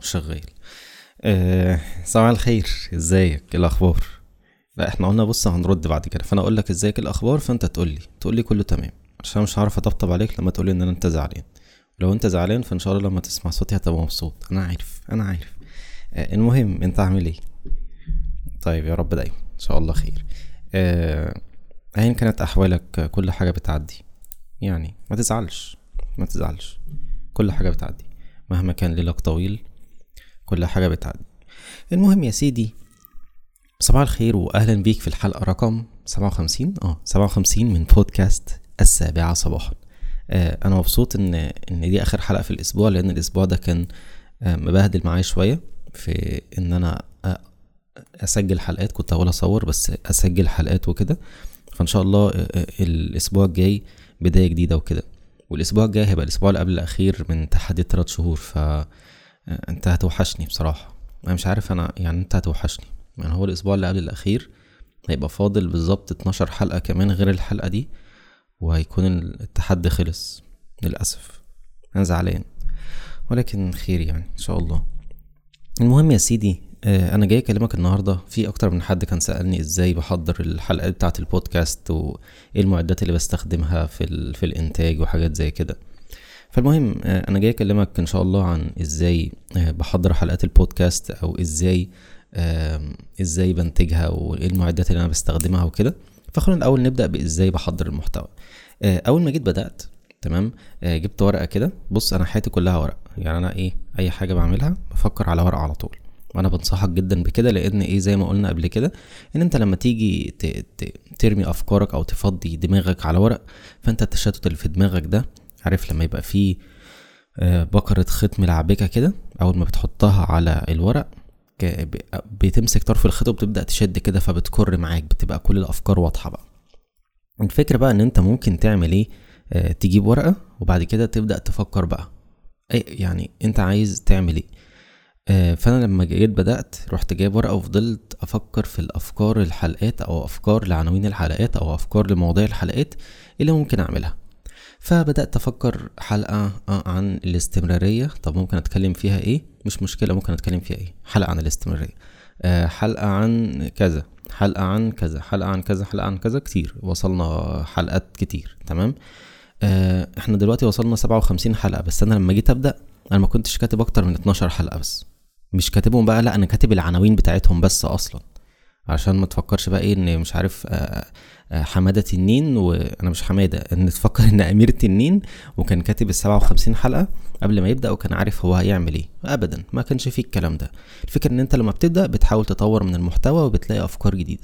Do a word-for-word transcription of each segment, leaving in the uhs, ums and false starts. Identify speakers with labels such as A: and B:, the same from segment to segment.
A: شغال. أه صباح الخير، ازيك؟ إيه الاخبار؟ لا احنا قلنا بص هنرد بعد كده، فانا اقول لك ازيك، إيه الاخبار، فانت تقول لي تقول لي كله تمام، عشان مش هعرف اطبطب عليك لما تقول لي ان انت زعلان. لو انت زعلان فان شاء الله لما تسمع صوتي هتبقى مبسوط. انا عارف انا عارف أه المهم انت عامل ايه؟ طيب يا رب دايما ان شاء الله خير. أه ايا كانت احوالك كل حاجه بتعدي، يعني ما تزعلش ما تزعلش، كل حاجه بتعدي مهما كان ليلك طويل، كل حاجة بتعدي. المهم يا سيدي، صباح الخير واهلا بيك في الحلقة رقم سبعة وخمسين اه سبعة وخمسين من بودكاست السابعة صباحا. آه انا مبسوط ان ان دي اخر حلقة في الاسبوع، لان الاسبوع ده كان آه مبهدل معايا شوية في ان انا آه اسجل حلقات. كنت اول اصور بس اسجل حلقات وكده، فان شاء الله آه الاسبوع الجاي بداية جديدة وكده. والاسبوع الجاي هيبقى الاسبوع اللي قبل الاخير من تحدي ثلاث شهور، ف انت هتوحشني بصراحة. انا مش عارف انا يعني انت هتوحشني. يعني هو الاسبوع اللي قبل الاخير هيبقى فاضل بالظبط اتناشر حلقة كمان غير الحلقة دي، وهيكون التحدي خلص للأسف. انا زعلان ولكن خير يعني ان شاء الله. المهم يا سيدي، انا جاي اكلمك النهاردة في اكتر من حد كان سألني ازاي بحضر الحلقات بتاعة البودكاست وايه المعدات اللي بستخدمها في, ال... في الانتاج وحاجات زي كده. فالمهم انا جاي اكلمك ان شاء الله عن ازاي بحضر حلقات البودكاست، او ازاي ازاي بنتجها وايه المعدات اللي انا بستخدمها وكده. فخلونا الاول نبدا بازاي بحضر المحتوى. اول ما جيت بدات تمام، جبت ورقه كده. بص انا حياتي كلها ورق، يعني انا ايه اي حاجه بعملها بفكر على ورقه على طول، وانا بنصحك جدا بكده، لان ايه زي ما قلنا قبل كده ان انت لما تيجي ترمي افكارك او تفضي دماغك على ورق، فانت التشتت اللي في دماغك ده، عارف لما يبقى فيه بكرة خيط ملعبكة كده، اول ما بتحطها على الورق بتمسك طرف الخيط وبتبدأ تشد كده، فبتكر معاك، بتبقى كل الافكار واضحة بقى. الفكرة بقى ان انت ممكن تعمل ايه، اه تجيب ورقة وبعد كده تبدأ تفكر بقى ايه يعني انت عايز تعمل ايه. اه فانا لما جيت بدأت رحت جايب ورقة وفضلت افكر في الافكار الحلقات، او افكار لعناوين الحلقات، او افكار لمواضيع الحلقات اللي ممكن اعملها. فبدأت أفكر حلقة عن الاستمرارية. طب ممكن أتكلم فيها إيه؟ مش مشكلة، ممكن أتكلم فيها إيه؟ حلقة عن الاستمرارية، أه حلقة عن كذا، حلقة عن كذا، حلقة عن كذا، حلقة عن كذا، كتير وصلنا حلقات كتير. تمام. أه احنا دلوقتي وصلنا سبعة وخمسين حلقة، بس أنا لما جيت أبدأ أنا ما كنتش كاتب أكتر من اتناشر حلقة بس. مش كاتبهم بقى، لا أنا كاتب العناوين بتاعتهم بس أصلا، عشان ما تفكرش بقى ايه ان مش عارف حمادة النين، وانا مش حمادة، ان تفكر ان امير التنين وكان كاتب السبعة وخمسين حلقة قبل ما يبدأ وكان عارف هو هيعمل ايه. ابدا ما كانش فيه الكلام ده. الفكرة ان انت لما بتبدأ بتحاول تطور من المحتوى وبتلاقي افكار جديدة.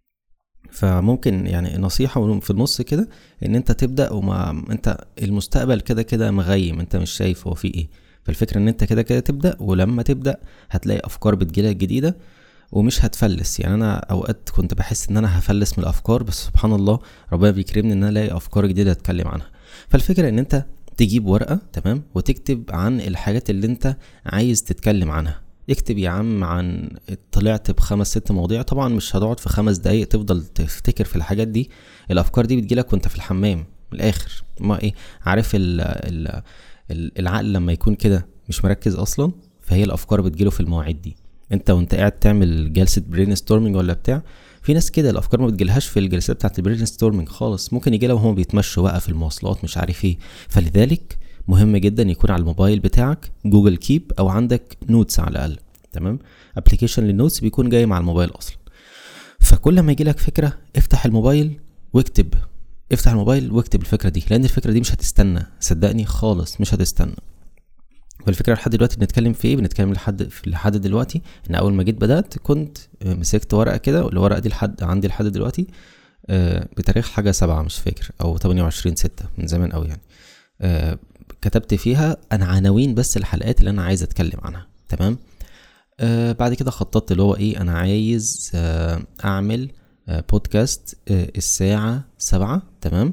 A: فممكن يعني نصيحة في النص كده ان انت تبدأ وما انت المستقبل كده كده مغيم، انت مش شايف هو فيه ايه. فالفكرة ان انت كده كده تبدأ، ولما تبدأ هتلاقي افكار بتجيلك جديدة ومش هتفلس. يعني انا اوقات كنت بحس ان انا هفلس من الافكار، بس سبحان الله ربنا بيكرمني ان انا الاقي افكار جديده اتكلم عنها. فالفكره ان انت تجيب ورقه تمام وتكتب عن الحاجات اللي انت عايز تتكلم عنها. اكتب يا عم عن طلعت بخمس ست مواضيع، طبعا مش هتقعد في خمس دقايق تفضل تفتكر في الحاجات دي. الافكار دي بتجيلك وانت في الحمام من الاخر. ما ايه عارف ال ال العقل لما يكون كده مش مركز اصلا، فهي الافكار بتجيله في المواعيد دي. انت وانت قاعد تعمل جلسة برين ستورمينج ولا بتاع، في ناس كده الافكار ما بتجيلهاش في الجلسات بتاعت البرين ستورمينج خالص، ممكن يجيلها وهم بيتمشوا بقى في المواصلات مش عارف ايه. فلذلك مهم جدا يكون على الموبايل بتاعك جوجل كيب، او عندك نوتس على الاقل. تمام، ابلكيشن للنوتس بيكون جاي مع الموبايل اصلا. فكل ما يجيلك فكرة افتح الموبايل واكتب، افتح الموبايل واكتب الفكرة دي، لان الفكرة دي مش هتستنى، صدقني خالص مش هتستنى. والفكرة لحد دلوقتي بنتكلم في ايه؟ بنتكلم لحد لحد دلوقتي ان اول ما جيت بدأت كنت مسكت ورقة كده، والورقة دي لحد عندي لحد دلوقتي بتاريخ حاجة سبعة مش فاكر، او تمانية وعشرين ستة، من زمان قوي يعني. كتبت فيها انا عناوين بس الحلقات اللي انا عايز اتكلم عنها. تمام. بعد كده خططت اللي هو ايه، انا عايز اعمل بودكاست الساعة سبعة. تمام.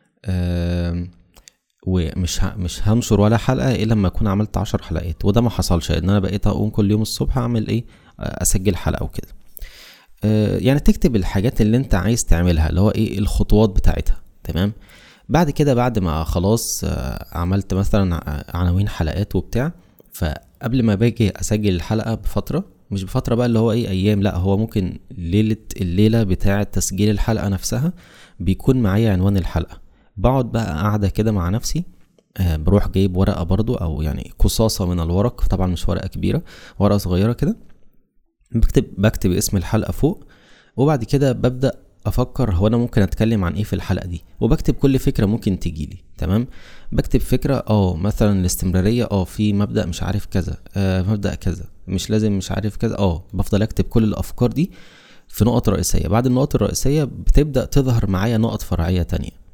A: ومش ه... مش هنشر ولا حلقة الا لما اكون عملت عشر حلقات، وده ما حصلش ان انا بقيت اقوم كل يوم الصبح اعمل ايه، اسجل حلقة وكده. أه يعني تكتب الحاجات اللي انت عايز تعملها، اللي هو ايه الخطوات بتاعتها. تمام. بعد كده بعد ما خلاص عملت مثلا عناوين حلقات وبتاع، فقبل ما باجي اسجل الحلقه بفتره، مش بفتره بقى اللي هو ايه ايام، لا هو ممكن ليله الليله بتاعه تسجيل الحلقه نفسها بيكون معايا عنوان الحلقه. بقعد بقى قاعده كده مع نفسي، آه بروح جايب ورقه برضو او يعني قصاصه من الورق، طبعا مش ورقه كبيره، ورقه صغيره كده، بكتب بكتب اسم الحلقه فوق، وبعد كده ببدا افكر هو انا ممكن اتكلم عن ايه في الحلقه دي، وبكتب كل فكره ممكن تجيلي. تمام، بكتب فكره اه مثلا الاستمراريه، اه في مبدا مش عارف كذا، آه مبدا كذا مش لازم مش عارف كذا، اه بفضل اكتب كل الافكار دي في نقط رئيسيه. بعد النقط الرئيسيه بتبدا تظهر معايا نقط فرعيه تانية،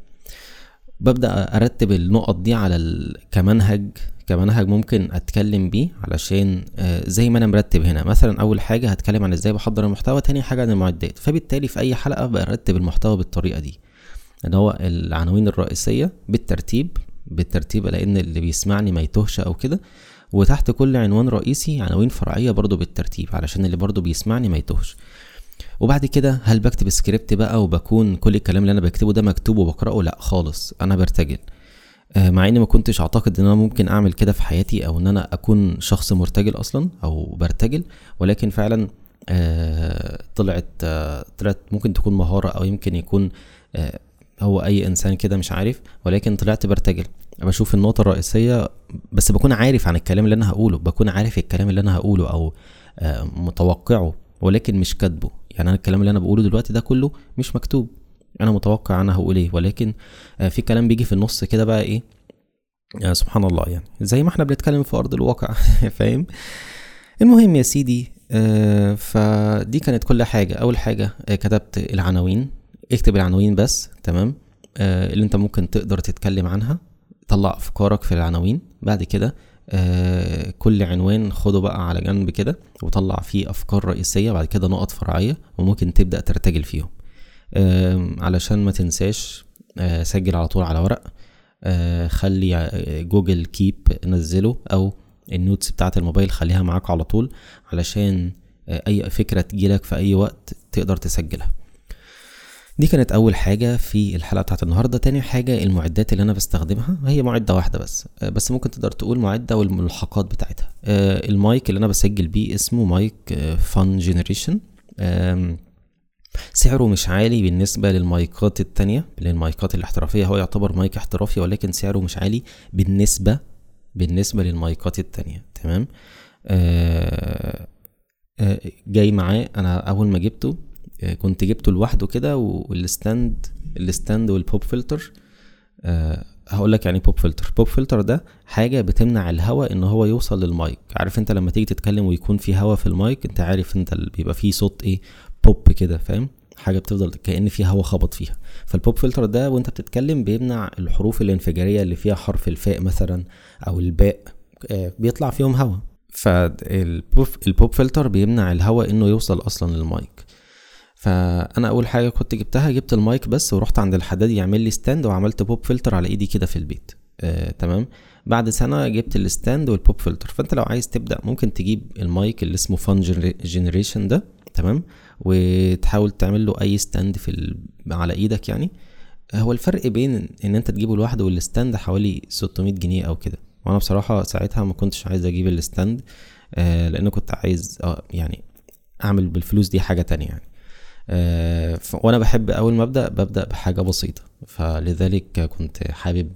A: ببدأ أرتب النقط دي على ال... كمنهج كمنهج ممكن أتكلم بيه، علشان آه زي ما أنا مرتب هنا مثلا أول حاجة هتكلم عن إزاي بحضر المحتوى، تاني حاجة عن المعدات، فبالتالي في أي حلقة برتب المحتوى بالطريقة دي، اللي هو العناوين الرئيسية بالترتيب بالترتيب لأن اللي بيسمعني ما يتوهش أو كده، وتحت كل عنوان رئيسي عناوين فرعية برضو بالترتيب علشان اللي برضو بيسمعني ما يتوهش. وبعد كده هل بكتب سكريبت بقى وبكون كل الكلام اللي انا بكتبه ده مكتوب وبقرأه؟ لا خالص، انا برتجل. آه مع اني ما كنتش اعتقد ان انا ممكن اعمل كده في حياتي او ان انا اكون شخص مرتجل اصلا او برتجل، ولكن فعلا آه طلعت آه طلعت ممكن تكون مهارة او يمكن يكون آه هو اي انسان كده مش عارف، ولكن طلعت برتجل. بشوف النقطة الرئيسية بس بكون عارف عن الكلام اللي انا هقوله، بكون عارف الكلام اللي انا هقوله او آه متوقعه ولكن مش كاتبه. يعني انا الكلام اللي انا بقوله دلوقتي ده كله مش مكتوب، انا متوقع انا هقول ايه، ولكن آه في كلام بيجي في النص كده بقى ايه، آه سبحان الله، يعني زي ما احنا بنتكلم في ارض الواقع فاهم. المهم يا سيدي، آه فدي كانت كل حاجة. اول حاجة آه كتبت العناوين، اكتب العناوين بس، تمام، آه اللي انت ممكن تقدر تتكلم عنها، طلع افكارك في العناوين. بعد كده آه كل عنوان خده بقى على جنب كده وطلع فيه افكار رئيسية، بعد كده نقط فرعية وممكن تبدأ ترتجل فيهم. آه علشان ما تنساش، آه سجل على طول على ورق، آه خلي جوجل كيب نزله او النوتس بتاعت الموبايل خليها معاك على طول، علشان آه اي فكرة تجيلك في اي وقت تقدر تسجلها. دي كانت اول حاجة في الحلقة بتاعت النهاردة. تاني حاجة المعدات اللي انا بستخدمها، هي معدة واحدة بس بس ممكن تقدر تقول معدة والملحقات بتاعتها. المايك اللي انا بسجل بيه اسمه مايك فان جينيريشن، سعره مش عالي بالنسبة للمايكات التانية، للمايكات الاحترافية، هو يعتبر مايك احترافي ولكن سعره مش عالي بالنسبة بالنسبة للمايكات التانية. تمام، جاي معاه. انا اول ما جبته كنت جبته لوحده كده، والستاند الستاند والبوب فلتر. أه هقول لك يعني بوب فلتر. بوب فلتر ده حاجه بتمنع الهواء ان هو يوصل للمايك. عارف انت لما تيجي تتكلم ويكون في هواء في المايك، انت عارف انت اللي بيبقى فيه صوت ايه، بوب كده، فاهم؟ حاجه بتفضل كأن في هواء خبط فيها. فالبوب فلتر ده وانت بتتكلم بيمنع الحروف الانفجاريه اللي فيها حرف الفاء مثلا او الباء، أه بيطلع فيهم هواء. فالبوب فلتر بيمنع الهواء انه يوصل اصلا للمايك. فانا اول حاجه كنت جبتها، جبت المايك بس ورحت عند الحداد يعمل لي ستاند وعملت بوب فلتر على ايدي كده في البيت. آه، تمام. بعد سنه جبت الستاند والبوب فلتر. فانت لو عايز تبدا ممكن تجيب المايك اللي اسمه فان جينيريشن ده، تمام، وتحاول تعمل له اي ستاند في ال... على ايدك. يعني هو الفرق بين ان انت تجيبه لوحده والستاند حوالي ستمية جنيه او كده، وانا بصراحه ساعتها ما كنتش عايز اجيب الستاند، آه لان كنت عايز اه يعني اعمل بالفلوس دي حاجه تانية يعني. أه وانا بحب اول ما ابدا ببدا بحاجه بسيطه، فلذلك كنت حابب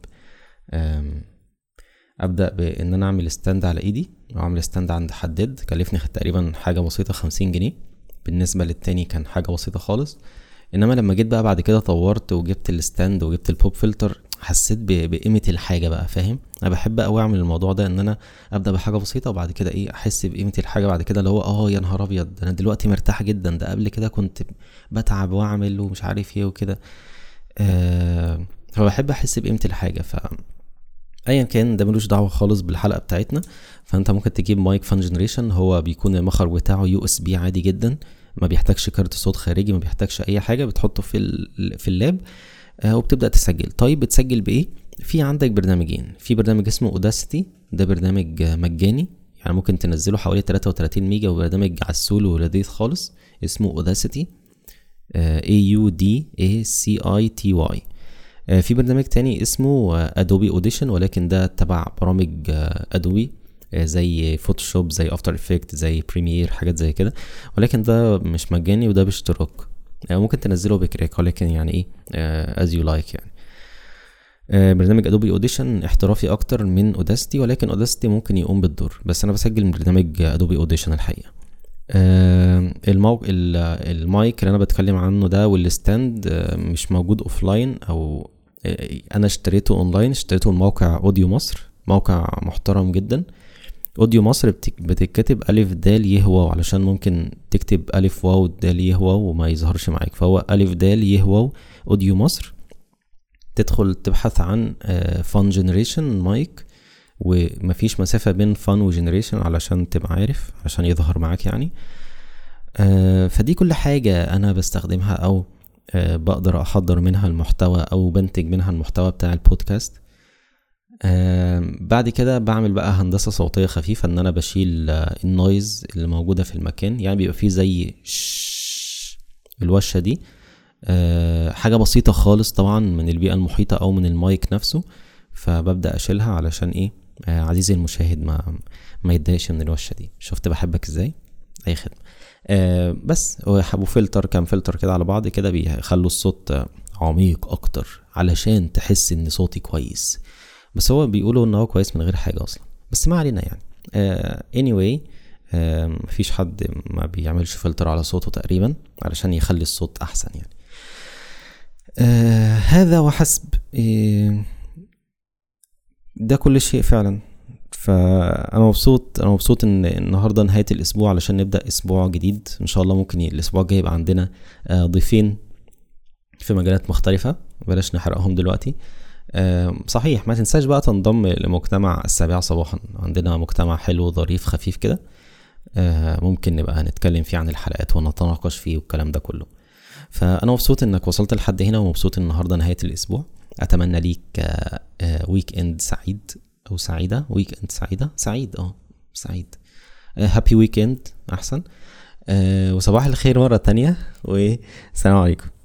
A: ابدا بان انا اعمل ستاند على ايدي او اعمل ستاند عند حداد. كلفني تقريبا حاجه بسيطه خمسين جنيه، بالنسبه للتاني كان حاجه بسيطه خالص. انما لما جيت بقى بعد كده طورت وجبت الستاند وجبت البوب فلتر، حسيت بقيمه الحاجه بقى، فاهم؟ انا بحب قوي اعمل الموضوع ده، ان انا ابدا بحاجه بسيطه وبعد كده ايه احس بقيمه الحاجه بعد كده، اللي هو اه يا نهار ابيض انا دلوقتي مرتاح جدا، ده قبل كده كنت بتعب واعمل ومش عارف ايه وكده. آه فبحب احس بقيمه الحاجه. ف ايا كان ده ملوش دعوه خالص بالحلقه بتاعتنا. فانت ممكن تجيب مايك فان جنريشن، هو بيكون المخرج بتاعه يو اس بي عادي جدا، ما بيحتاجش كارت صوت خارجي، ما بيحتاجش اي حاجه، بتحطه في في اللاب آه وبتبدا تسجل. طيب بتسجل بايه؟ في عندك برنامجين، في برنامج اسمه اوداسيتي، ده برنامج مجاني يعني ممكن تنزله حوالي تلاتة وتلاتين ميجا، وبرنامج عسول ولذيذ خالص اسمه اوداسيتي، اي يو دي اي سي اي تي واي. في برنامج تاني اسمه ادوبي اوديشن، ولكن ده تبع برامج ادوبي، زي فوتوشوب، زي افتر افكت، زي بريمير، حاجات زي كده. ولكن ده مش مجاني وده باشتراك. ممكن تنزله بكراك، ولكن يعني ايه از يو لايك يعني. برنامج ادوبي اوديشن احترافي اكتر من اوداستي، ولكن اوداستي ممكن يقوم بالدور، بس انا بسجل من برنامج ادوبي اوديشن الحقيقه. الموقع المايك اللي انا بتكلم عنه ده والستاند مش موجود اوفلاين، او انا اشتريته اونلاين، اشتريته من موقع اوديو مصر، موقع محترم جدا. اوديو مصر بتتكتب الف دال يهواو، علشان ممكن تكتب الف واو دال يهواو وما يظهرش معاك، فهو الف دال يهواو اوديو مصر. تدخل تبحث عن فان جنريشن مايك، ومفيش مسافة بين فان وجنريشن علشان تبقى عارف، عشان يظهر معاك يعني. فدي كل حاجة انا بستخدمها او بقدر احضر منها المحتوى او بنتج منها المحتوى بتاع البودكاست. بعد كده بعمل بقى هندسة صوتية خفيفة، ان انا بشيل النويز اللي موجودة في المكان، يعني بيبقى فيه زي الوشة دي، أه حاجة بسيطة خالص طبعا من البيئة المحيطة او من المايك نفسه، فببدأ اشيلها علشان ايه أه عزيزي المشاهد ما ما يتضايقش من الوشة دي. شفت بحبك ازاي؟ اي خدمة. أه بس وحبوا فلتر، كام فلتر كده على بعض كده بيخلوا الصوت عميق اكتر علشان تحس ان صوتي كويس، بس هو بيقولوا ان هو كويس من غير حاجة اصلا، بس ما علينا يعني. أه anyway أه مفيش حد ما بيعملش فلتر على صوته تقريبا علشان يخلي الصوت احسن يعني. آه هذا وحسب. آه ده كل شيء فعلا. فانا مبسوط انا مبسوط ان النهارده نهايه الاسبوع علشان نبدا اسبوع جديد ان شاء الله. ممكن الاسبوع الجاي يبقى عندنا آه ضيفين في مجالات مختلفه، بلاش نحرقهم دلوقتي. آه صحيح، ما تنساش بقى تنضم لمجتمع السابعة صباحا، عندنا مجتمع حلو ظريف خفيف كده، آه ممكن نبقى نتكلم فيه عن الحلقات ونتناقش فيه والكلام ده كله. فانا مبسوط انك وصلت لحد هنا، ومبسوط النهارده نهايه الاسبوع. اتمنى ليك ويك اند سعيد او سعيده. ويك اند سعيده سعيد اه سعيد هابي ويك اند احسن. أه وصباح الخير مره تانية، والسلام عليكم.